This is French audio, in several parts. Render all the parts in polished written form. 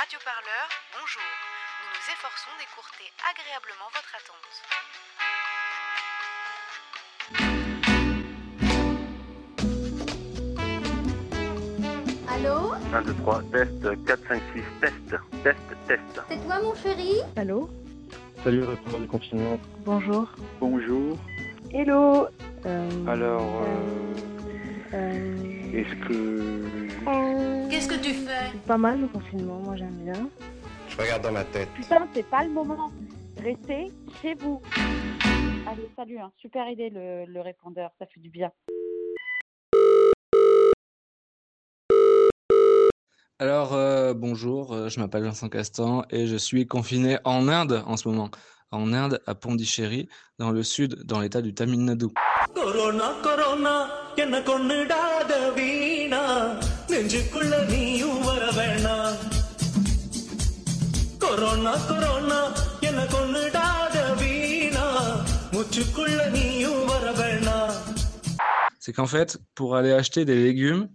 radioparleur, bonjour. Nous nous efforçons d'écourter agréablement votre attente. Allô ? 1, 2, 3, test, 4, 5, 6, test. C'est toi mon chéri ? Allô ? Salut, répondant du confinement. Bonjour. Bonjour. Hello. Est-ce que... Qu'est-ce que tu fais ? C'est pas mal le confinement, moi j'aime bien. Je regarde dans ma tête. Putain, c'est pas le moment. Restez chez vous. Allez, salut, hein. Super idée le répondeur, ça fait du bien. Alors, bonjour, je m'appelle Vincent Castan et je suis confiné en Inde en ce moment. En Inde, à Pondichéry, dans le sud, dans l'état du Tamil Nadu. Corona, என்ன கொன்னுடாத வீணா நெஞ்சுக்குள்ள நீயும் வர வேணாம் கொரோனா என்ன கொன்னுடாத வீணா முச்சுக்குள்ள நீயும் வர வேணாம். C'est qu'en fait, pour aller acheter des légumes,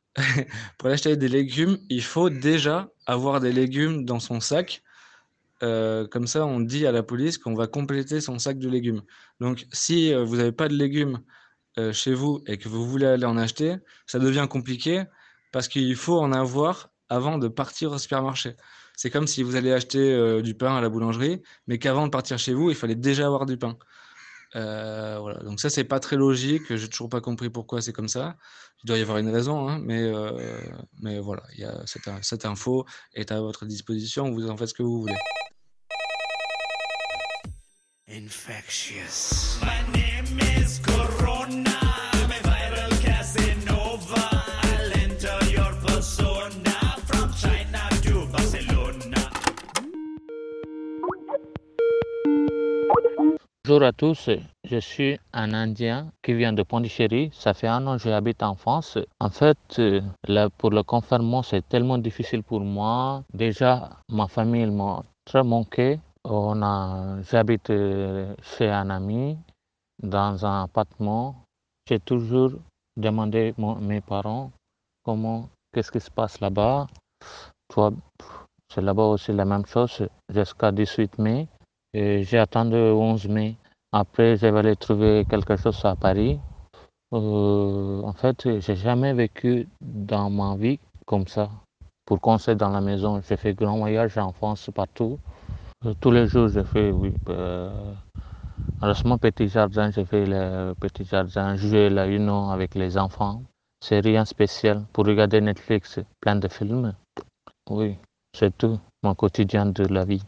il faut déjà avoir des légumes dans son sac. Comme ça, on dit à la police qu'on va compléter son sac de légumes. Donc, si vous n'avez pas de légumes chez vous et que vous voulez aller en acheter, ça devient compliqué parce qu'il faut en avoir avant de partir au supermarché. C'est comme si vous allez acheter du pain à la boulangerie, mais qu'avant de partir chez vous, il fallait déjà avoir du pain. Voilà. Donc ça, c'est pas très logique. J'ai toujours pas compris pourquoi c'est comme ça. Il doit y avoir une raison, hein, mais voilà. Cette info est à votre disposition. Vous en faites ce que vous voulez. Infectious. My name is Corona. I'm a viral Casanova. I'll enter your persona from China to Barcelona. Bonjour à tous, je suis un Indien qui vient de Pondichéry. Ça fait 1 an que j'habite en France. En fait, pour le confinement, c'est tellement difficile pour moi. Déjà, ma famille m'a très manqué. J'habite chez un ami dans un appartement. J'ai toujours demandé mes parents qu'est-ce qui se passe là-bas. C'est là-bas aussi la même chose jusqu'à 18 mai. Et j'ai attendu 11 mai. Après, je vais aller trouver quelque chose à Paris. En fait, j'ai jamais vécu dans ma vie comme ça. Pour conseiller dans la maison, j'ai fait grand voyage en France partout. Tous les jours, j'ai fait, heureusement, petit jardin, j'ai fait le petit jardin, jouer la Uno avec les enfants. C'est rien de spécial. Pour regarder Netflix, plein de films. Oui, c'est tout, mon quotidien de la vie.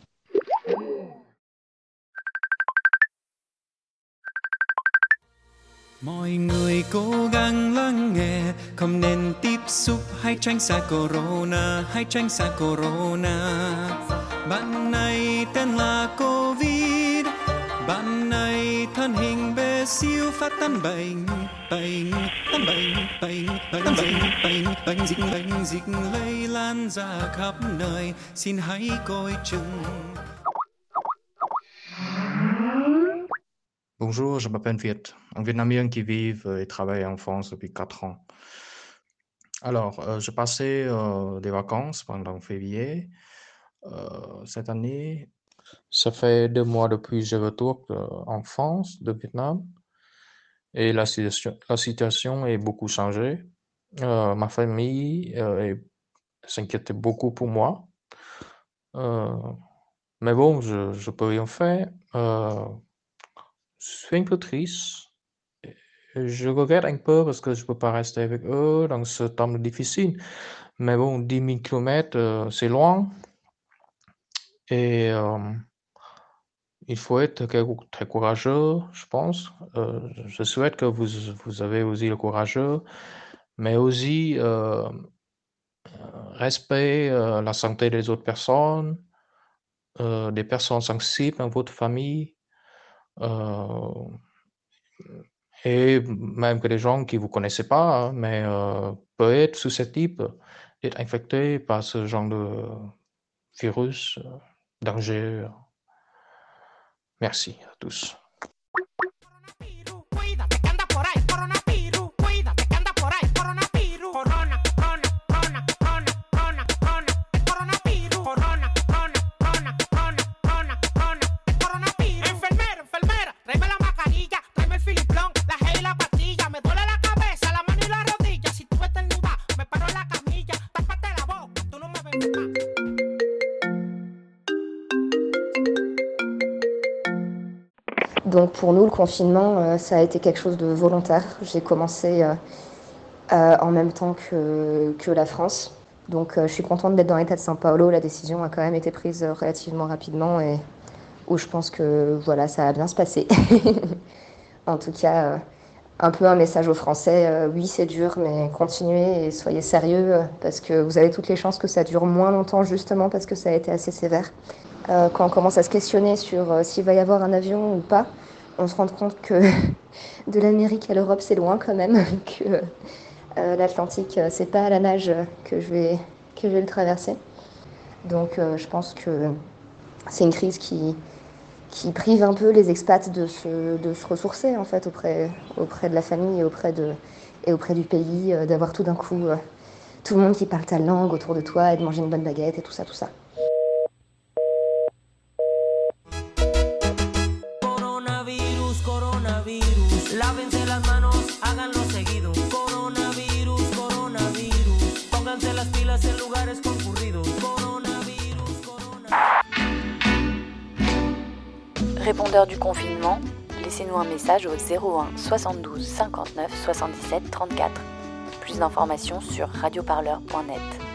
Mọi người cố gắng lắng nghe, không nên tiếp xúc, hãy tránh xa corona. Bạn này tên là Covid, bạn này thân hình bé xíu phát tán bệnh dịch lây lan ra khắp nơi, xin hãy coi chừng. Bonjour, je m'appelle Viet, un Vietnamien qui vit et travaille en France depuis 4 ans. Alors, je passais des vacances pendant février. Cette année, ça fait 2 mois depuis que je retourne en France, de Vietnam. Et la situation est beaucoup changée. Ma famille s'inquiétait beaucoup pour moi. Mais bon, je peux rien faire. Je suis un peu triste. Je regrette un peu parce que je ne peux pas rester avec eux dans ce temps difficile. Mais bon, 10 000 km, c'est loin. Et il faut être très courageux, je pense. Je souhaite que vous avez aussi le courageux, mais aussi respect la santé des autres personnes, des personnes sensibles dans votre famille. Et même que des gens qui ne vous connaissez pas, hein, mais peuvent être susceptibles d'être infectés par ce genre de virus dangereux. Merci à tous. Donc pour nous, le confinement, ça a été quelque chose de volontaire. J'ai commencé en même temps que la France. Donc je suis contente d'être dans l'État de São Paulo. La décision a quand même été prise relativement rapidement et où je pense que voilà, ça va bien se passer. En tout cas, un peu un message aux Français. Oui, c'est dur, mais continuez et soyez sérieux parce que vous avez toutes les chances que ça dure moins longtemps justement parce que ça a été assez sévère. Quand on commence à se questionner sur s'il va y avoir un avion ou pas, on se rend compte que de l'Amérique à l'Europe, c'est loin quand même, que l'Atlantique, c'est pas à la nage que je vais le traverser. Donc je pense que c'est une crise qui prive un peu les expats de se ressourcer en fait auprès de la famille et auprès du pays, d'avoir tout d'un coup tout le monde qui parle ta langue autour de toi et de manger une bonne baguette et tout ça. Coronavirus, lávense las manos, háganlo seguido. Coronavirus, coronavirus, pónganse las pilas en lugares concurridos. Coronavirus, Répondeur du confinement, laissez-nous un message au 01 72 59 77 34. Plus d'informations sur radioparleur.net.